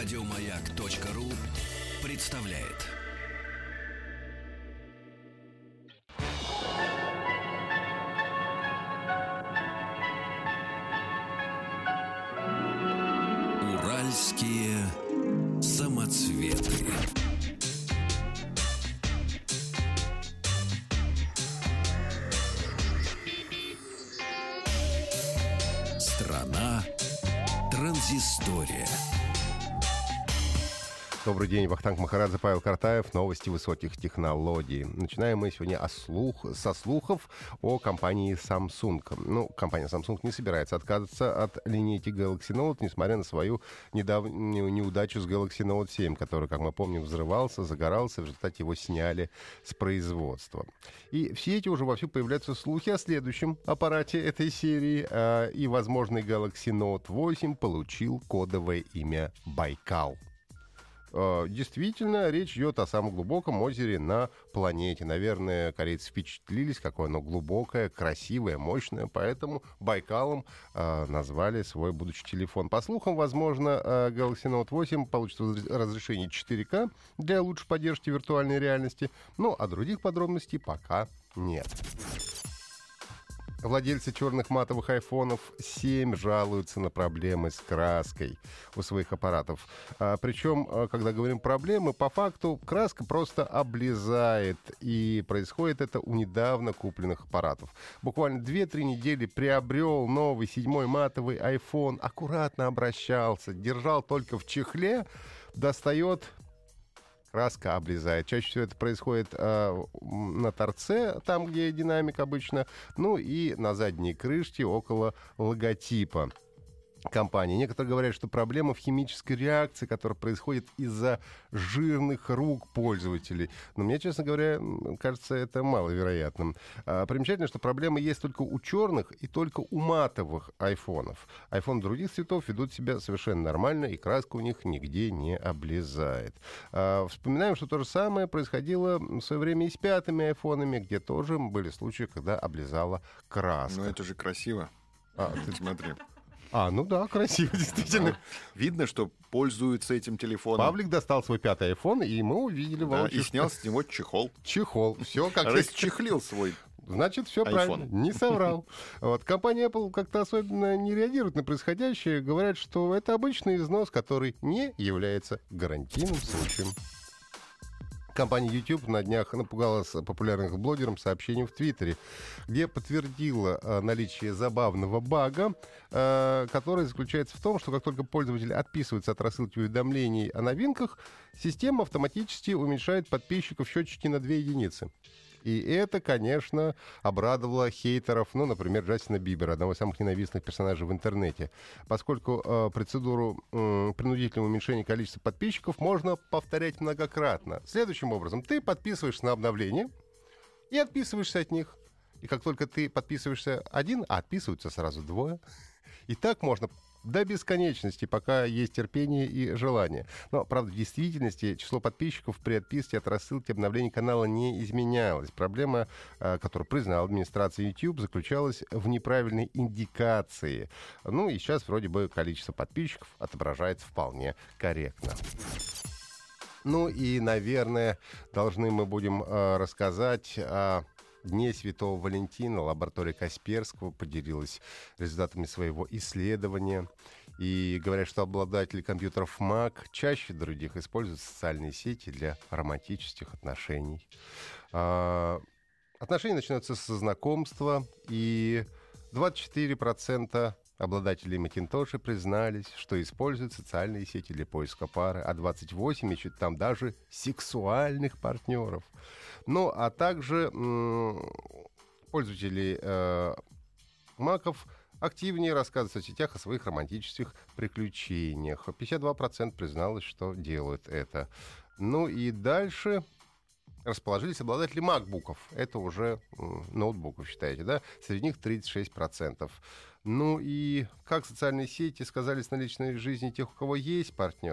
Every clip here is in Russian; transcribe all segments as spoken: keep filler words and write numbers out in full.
Радиомаяк.ру представляет. Уральские самоцветы. Страна транзистория. Добрый день, Вахтанг Махарадзе, Павел Картаев. Новости высоких технологий. Начинаем мы сегодня о слух, со слухов о компании Samsung. Ну, компания Samsung не собирается отказываться от линейки Galaxy Note, несмотря на свою недавнюю неудачу с Galaxy Note семь, который, как мы помним, взрывался, загорался, в результате его сняли с производства. И в сети уже вовсю появляются слухи о следующем аппарате этой серии, и возможный Galaxy Note восемь получил кодовое имя Байкал. Действительно, речь идет о самом глубоком озере на планете. Наверное, корейцы впечатлились, какое оно глубокое, красивое, мощное, поэтому Байкалом э, назвали свой будущий телефон. По слухам, возможно, э, Galaxy Note восемь получит разрешение четыре ка для лучшей поддержки виртуальной реальности, ну, а других подробностей пока нет. Владельцы черных матовых айфонов семь жалуются на проблемы с краской у своих аппаратов. А, причем, когда говорим проблемы, по факту краска просто облезает. И происходит это у недавно купленных аппаратов. Буквально две-три недели приобрел новый седьмой матовый iPhone, аккуратно обращался, держал только в чехле, достает... краска облезает. Чаще всего это происходит э, на торце, там, где динамик обычно, ну и на задней крышке около логотипа компании. Некоторые говорят, что проблема в химической реакции, которая происходит из-за жирных рук пользователей. Но мне, честно говоря, кажется, это маловероятным. А, примечательно, что проблема есть только у черных и только у матовых айфонов. Айфон других цветов ведут себя совершенно нормально, и краска у них нигде не облезает. А, вспоминаем, что то же самое происходило в свое время и с пятыми айфонами, где тоже были случаи, когда облезала краска. Ну, это же красиво. А, ты смотри. А, ну да, красиво, действительно. Да. Видно, что пользуются этим телефоном. Павлик достал свой пятый айфон, и мы увидели... Да, и снял с него чехол. Чехол. Все как... Расчехлил свой. Значит, все правильно. Не соврал. Вот. Компания Apple как-то особенно не реагирует на происходящее. Говорят, что это обычный износ, который не является гарантийным случаем. Компания YouTube на днях напугала популярных блогеров сообщением в Твиттере, где подтвердила э, наличие забавного бага, э, который заключается в том, что как только пользователь отписывается от рассылки уведомлений о новинках, система автоматически уменьшает подписчиков счетчики на две единицы. И это, конечно, обрадовало хейтеров, ну, например, Джастина Бибера, одного из самых ненавистных персонажей в интернете, поскольку э, процедуру э, принудительного уменьшения количества подписчиков можно повторять многократно. Следующим образом, ты подписываешься на обновление и отписываешься от них. И как только ты подписываешься один, а отписываются сразу двое, и так можно... до бесконечности, пока есть терпение и желание. Но, правда, в действительности число подписчиков при отписке от рассылки обновлений канала не изменялось. Проблема, которую признала администрация YouTube, заключалась в неправильной индикации. Ну и сейчас вроде бы количество подписчиков отображается вполне корректно. Ну и, наверное, должны мы будем э, рассказать о Дне Святого Валентина. Лаборатория Касперского поделилась результатами своего исследования. И говорят, что обладатели компьютеров Mac чаще других используют социальные сети для романтических отношений. А, отношения начинаются со знакомства, и двадцать четыре процента обладатели Макинтоша признались, что используют социальные сети для поиска пары, а двадцать восемь процентов ищут там даже сексуальных партнеров. Ну, а также м- пользователи э- Маков активнее рассказывают в соцсетях о своих романтических приключениях. пятьдесят два процента призналось, что делают это. Ну и дальше... расположились обладатели макбуков. Это уже м, ноутбуков, считаете, да? Среди них тридцать шесть процентов. Ну и как социальные сети сказались на личной жизни тех, у кого есть партнер?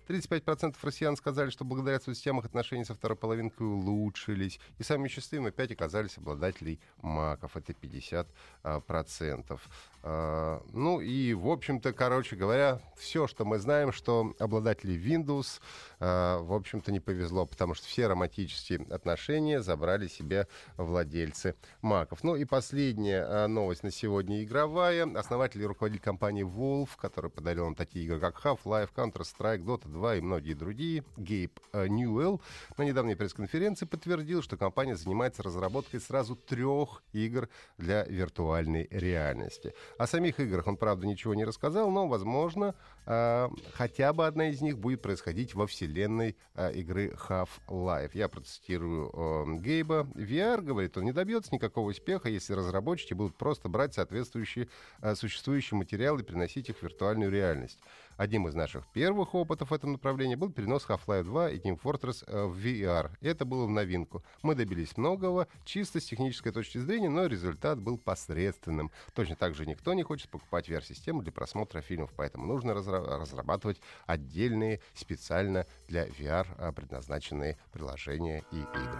тридцать пять процентов россиян сказали, что благодаря соцсетям их отношения со второй половинкой улучшились. И самыми счастливыми опять оказались обладателей маков. Это пятьдесят процентов. Ну и, в общем-то, короче говоря, все, что мы знаем, что обладателей Windows, в общем-то, не повезло, потому что все романтические отношения забрали себе владельцы маков. Ну и последняя новость на сегодня игровая. Основатель и руководитель компании Valve, который подарил нам такие игры, как Half-Life, Counter-Strike, Dota два и многие другие, Гейб Ньюэлл, на недавней пресс-конференции подтвердил, что компания занимается разработкой сразу трех игр для виртуальной реальности. О самих играх он, правда, ничего не рассказал, но, возможно, э, хотя бы одна из них будет происходить во вселенной э, игры Half-Life. Я процитирую э, Гейба. ви ар, говорит, он не добьется никакого успеха, если разработчики будут просто брать соответствующие э, существующие материалы и переносить их в виртуальную реальность. Одним из наших первых опытов в этом направлении был перенос Half-Life два и Team Fortress в ви ар. Это было в новинку. Мы добились многого, чисто с технической точки зрения, но результат был посредственным. Точно так же никто не хочет покупать ви ар-систему для просмотра фильмов, поэтому нужно разра- разрабатывать отдельные, специально для ви ар предназначенные приложения и игры.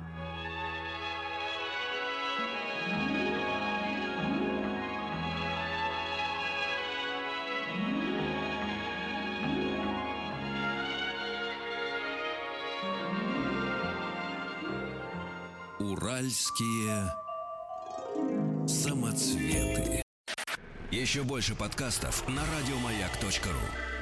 Уральские самоцветы. Еще больше подкастов на радиомаяк точка ру.